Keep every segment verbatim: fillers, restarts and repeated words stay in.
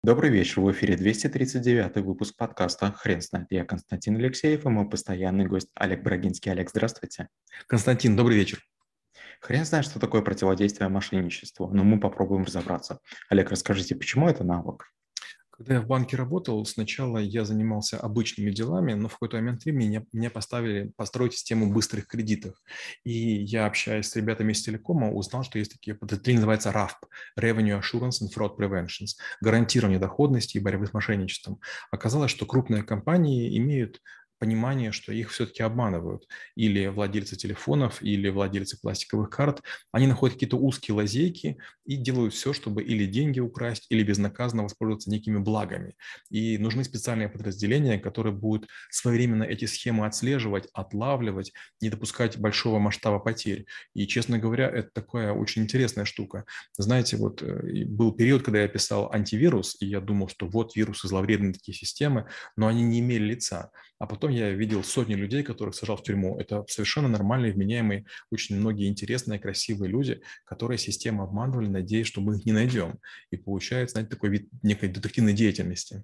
Добрый вечер, в эфире двести тридцать девятый выпуск подкаста «Хрен знает». Я Константин Алексеев и мой постоянный гость Олег Брагинский. Олег, здравствуйте. Константин, добрый вечер. Хрен знает, что такое противодействие мошенничеству, но мы попробуем разобраться. Олег, расскажите, почему это навык? Когда я в банке работал, сначала я занимался обычными делами, но в какой-то момент времени меня, меня поставили построить систему быстрых кредитов. И я, общаясь с ребятами из телекома, узнал, что есть такие подразделения, называется РАФП – Revenue Assurance and Fraud Prevention – гарантирование доходности и борьбы с мошенничеством. Оказалось, что крупные компании имеют понимание, что их все-таки обманывают. Или владельцы телефонов, или владельцы пластиковых карт. Они находят какие-то узкие лазейки и делают все, чтобы или деньги украсть, или безнаказанно воспользоваться некими благами. И нужны специальные подразделения, которые будут своевременно эти схемы отслеживать, отлавливать, не допускать большого масштаба потерь. И, честно говоря, это такая очень интересная штука. Знаете, вот э, был период, когда я писал антивирус, и я думал, что вот вирусы, зловредные такие системы, но они не имели лица. А потом я видел сотни людей, которых сажал в тюрьму. Это совершенно нормальные, вменяемые, очень многие интересные, красивые люди, которые систему обманывали, надеясь, что мы их не найдем. И получается, знаете, такой вид некой детективной деятельности.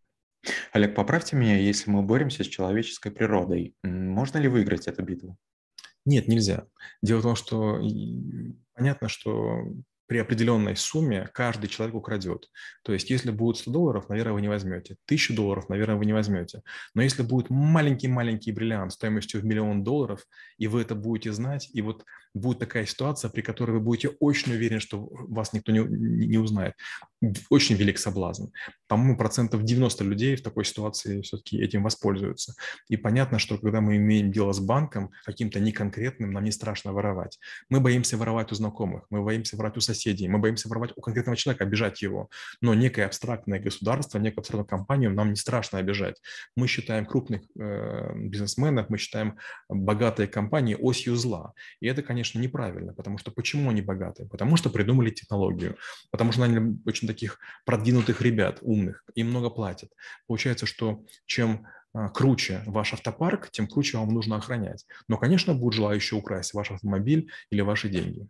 Олег, поправьте меня, если мы боремся с человеческой природой, м, можно ли выиграть эту битву? Нет, нельзя. Дело в том, что и понятно, что при определенной сумме каждый человек украдет. То есть, если будет сто долларов, наверное, вы не возьмете. Тысячу долларов, наверное, вы не возьмете. Но если будет маленький-маленький бриллиант стоимостью в миллион долларов, и вы это будете знать, и вот будет такая ситуация, при которой вы будете очень уверены, что вас никто не, не узнает. Очень велик соблазн. По-моему, процентов девяносто людей в такой ситуации все-таки этим воспользуются. И понятно, что когда мы имеем дело с банком, каким-то неконкретным, нам не страшно воровать. Мы боимся воровать у знакомых, мы боимся воровать у соседей, мы боимся воровать у конкретного человека, обижать его. Но некое абстрактное государство, некую абстрактную компанию нам не страшно обижать. Мы считаем крупных э, бизнесменов, мы считаем богатые компании осью зла. И это, конечно, неправильно, потому что почему они богатые? Потому что придумали технологию, потому что они очень таких продвинутых ребят, умных, им много платят. Получается, что чем круче ваш автопарк, тем круче вам нужно охранять. Но, конечно, будут желающие украсть ваш автомобиль или ваши деньги.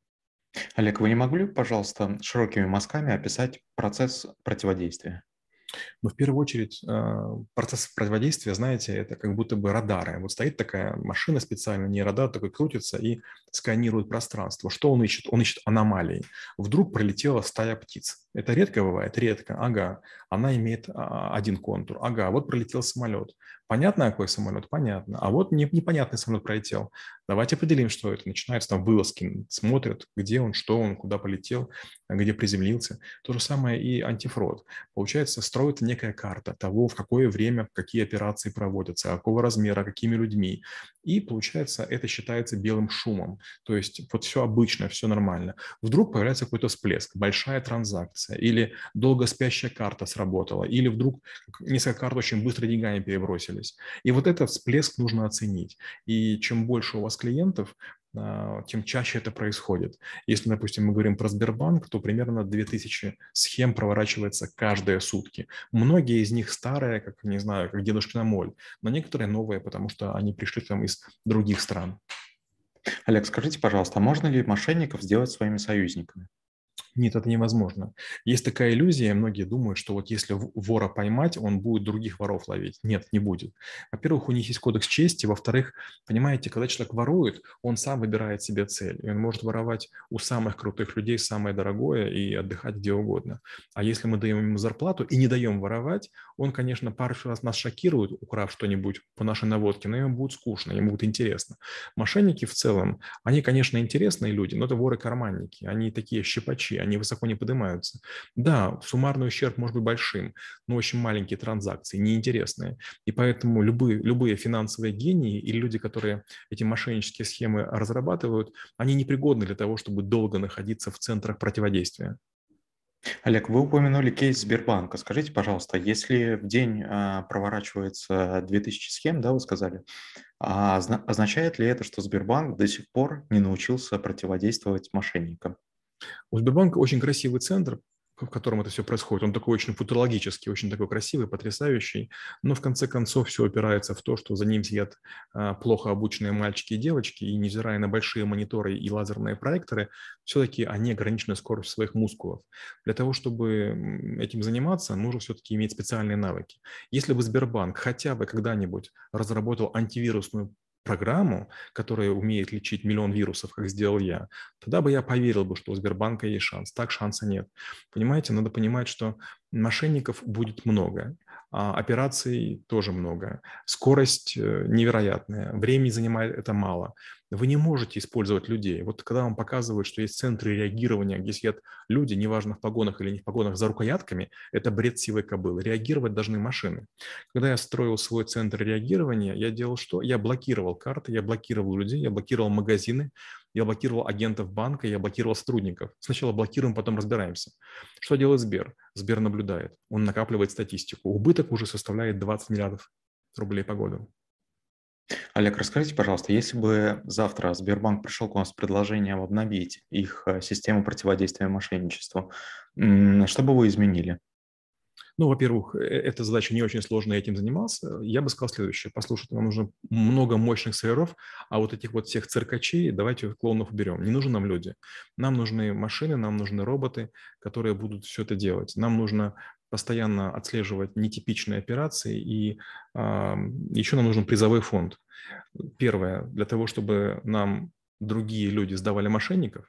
Олег, вы не могли, пожалуйста, широкими мазками описать процесс противодействия? Но в первую очередь процесс противодействия, знаете, это как будто бы радары. Вот стоит такая машина специально, не радар такой крутится и сканирует пространство. Что он ищет? Он ищет аномалии. Вдруг пролетела стая птиц. Это редко бывает? Редко. Ага. Она имеет один контур. Ага, вот пролетел самолет. Понятно, какой самолет? Понятно. А вот непонятный самолет пролетел. Давайте определим, что это. Начинаются там вылазки. Смотрят, где он, что он, куда полетел, где приземлился. То же самое и антифрод. Получается, строится некая карта того, в какое время какие операции проводятся, какого размера, какими людьми. И получается, это считается белым шумом. То есть вот все обычно, все нормально. Вдруг появляется какой-то всплеск, большая транзакция, или долго спящая карта сработала, или вдруг несколько карт очень быстро деньгами перебросились. И вот этот всплеск нужно оценить. И чем больше у вас клиентов, тем чаще это происходит. Если, допустим, мы говорим про Сбербанк, то примерно две тысячи схем проворачивается каждые сутки. Многие из них старые, как, не знаю, как дедушкина моль, но некоторые новые, потому что они пришли там из других стран. Олег, скажите, пожалуйста, а можно ли мошенников сделать своими союзниками? Нет, это невозможно. Есть такая иллюзия, многие думают, что вот если вора поймать, он будет других воров ловить. Нет, не будет. Во-первых, у них есть кодекс чести. Во-вторых, понимаете, когда человек ворует, он сам выбирает себе цель. И он может воровать у самых крутых людей самое дорогое и отдыхать где угодно. А если мы даем ему зарплату и не даем воровать, он, конечно, пару раз нас шокирует, украв что-нибудь по нашей наводке, но ему будет скучно, ему будет интересно. Мошенники в целом, они, конечно, интересные люди, но это воры-карманники. Они такие щипачи, они высоко не поднимаются. Да, суммарный ущерб может быть большим, но очень маленькие транзакции, неинтересные. И поэтому любые, любые финансовые гении или люди, которые эти мошеннические схемы разрабатывают, они непригодны для того, чтобы долго находиться в центрах противодействия. Олег, вы упомянули кейс Сбербанка. Скажите, пожалуйста, если в день а, проворачивается две тысячи схем, да, вы сказали, а озна- означает ли это, что Сбербанк до сих пор не научился противодействовать мошенникам? У Сбербанка очень красивый центр, в котором это все происходит. Он такой очень футурологический, очень такой красивый, потрясающий, но в конце концов все упирается в то, что за ним сидят а, плохо обученные мальчики и девочки, и невзирая на большие мониторы и лазерные проекторы, все-таки они ограничены скоростью своих мускулов. Для того, чтобы этим заниматься, нужно все-таки иметь специальные навыки. Если бы Сбербанк хотя бы когда-нибудь разработал антивирусную программу, которая умеет лечить миллион вирусов, как сделал я, тогда бы я поверил бы, что у Сбербанка есть шанс. Так шанса нет. Понимаете, надо понимать, что мошенников будет много, а операций тоже много. Скорость невероятная, времени занимает это мало. Вы не можете использовать людей. Вот когда вам показывают, что есть центры реагирования, где сидят люди, неважно в погонах или не в погонах, за рукоятками, это бред сивой кобылы. Реагировать должны машины. Когда я строил свой центр реагирования, я делал что? Я блокировал карты, я блокировал людей, я блокировал магазины, я блокировал агентов банка, я блокировал сотрудников. Сначала блокируем, потом разбираемся. Что делает Сбер? Сбер наблюдает, он накапливает статистику. Убыток уже составляет двадцать миллиардов рублей по году. Олег, расскажите, пожалуйста, если бы завтра Сбербанк пришел к вам с предложением обновить их э, систему противодействия мошенничеству, м, что бы вы изменили? Ну, во-первых, э, эта задача не очень сложная, я этим занимался. Я бы сказал следующее. Послушайте, нам нужно много мощных серверов, а вот этих вот всех циркачей давайте клоунов уберем. Не нужны нам люди. Нам нужны машины, нам нужны роботы, которые будут все это делать. Нам нужно постоянно отслеживать нетипичные операции, и а, еще нам нужен призовой фонд. Первое, для того, чтобы нам другие люди сдавали мошенников,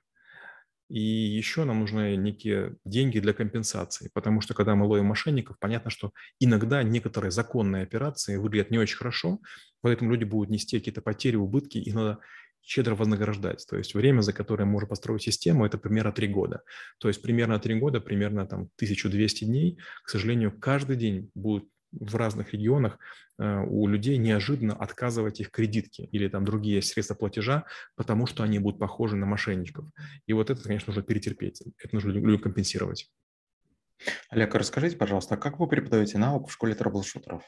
и еще нам нужны некие деньги для компенсации, потому что когда мы ловим мошенников, понятно, что иногда некоторые законные операции выглядят не очень хорошо, поэтому люди будут нести какие-то потери, убытки, и надо щедро вознаграждать. То есть время, за которое можно построить систему, это примерно три года. То есть примерно три года, примерно там тысяча двести дней, к сожалению, каждый день будут в разных регионах э, у людей неожиданно отказывать их кредитки или там другие средства платежа, потому что они будут похожи на мошенников. И вот это, конечно, нужно перетерпеть, это нужно людям компенсировать. Олег, а расскажите, пожалуйста, а как вы преподаете науку в школе трэблшутеров?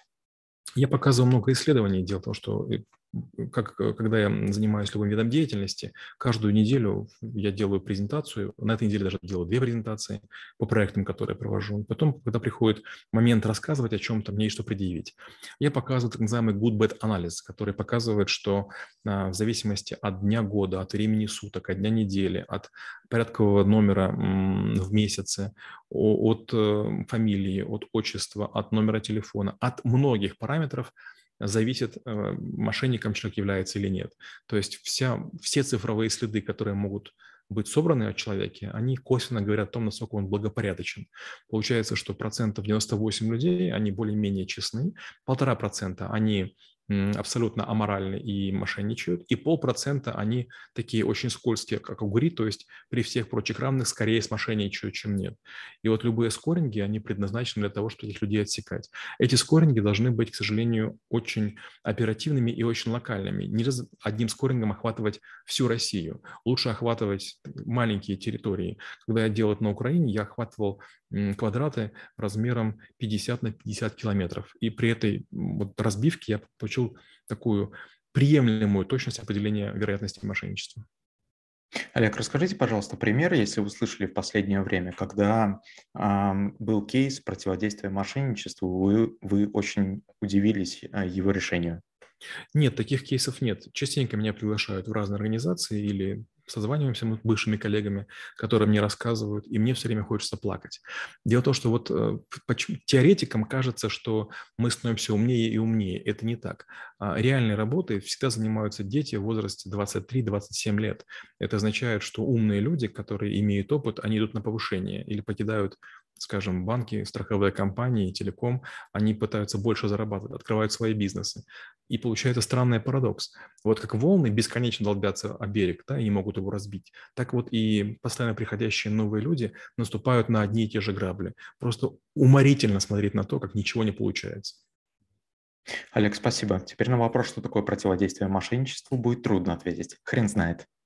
Я показывал много исследований. Дело в том, что э, как, э, когда я занимаюсь любым видом деятельности, каждую неделю я делаю презентацию. На этой неделе даже делаю две презентации по проектам, которые я провожу. Потом, когда приходит момент рассказывать о чем-то, мне есть что предъявить. Я показываю так называемый good-bad анализ, который показывает, что а, в зависимости от дня года, от времени суток, от дня недели, от порядкового номера м, в месяце, от э, фамилии, от отчества, от номера телефона, от многих параметров зависит, э, мошенником человек является или нет. То есть вся, все цифровые следы, которые могут быть собраны о человеке, они косвенно говорят о том, насколько он благопорядочен. Получается, что процентов девяносто восемь людей, они более-менее честны, полтора процента они абсолютно аморальны и мошенничают, и полпроцента они такие очень скользкие, как огури, то есть при всех прочих равных скорее смошенничают, чем нет. И вот любые скоринги, они предназначены для того, чтобы этих людей отсекать. Эти скоринги должны быть, к сожалению, очень оперативными и очень локальными. Нельзя одним скорингом охватывать всю Россию. Лучше охватывать маленькие территории. Когда я делал это на Украине, я охватывал квадраты размером пятьдесят на пятьдесят километров. И при этой вот разбивке я получил такую приемлемую точность определения вероятности мошенничества. Олег, расскажите, пожалуйста, пример, если вы слышали в последнее время, когда ам, был кейс противодействия мошенничеству, вы, вы очень удивились а, его решению. Нет, таких кейсов нет. Частенько меня приглашают в разные организации или созваниваемся мы с бывшими коллегами, которые мне рассказывают, и мне все время хочется плакать. Дело в том, что вот э, поч- теоретикам кажется, что мы становимся умнее и умнее. Это не так. А реальной работой всегда занимаются дети в возрасте двадцать три - двадцать семь лет. Это означает, что умные люди, которые имеют опыт, они идут на повышение или покидают, скажем, банки, страховые компании, телеком, они пытаются больше зарабатывать, открывают свои бизнесы. И получается странный парадокс. Вот как волны бесконечно долбятся о берег, да, и не могут его разбить, так вот и постоянно приходящие новые люди наступают на одни и те же грабли. Просто уморительно смотреть на то, как ничего не получается. Олег, спасибо. Теперь на вопрос, что такое противодействие мошенничеству, будет трудно ответить. Хрен знает.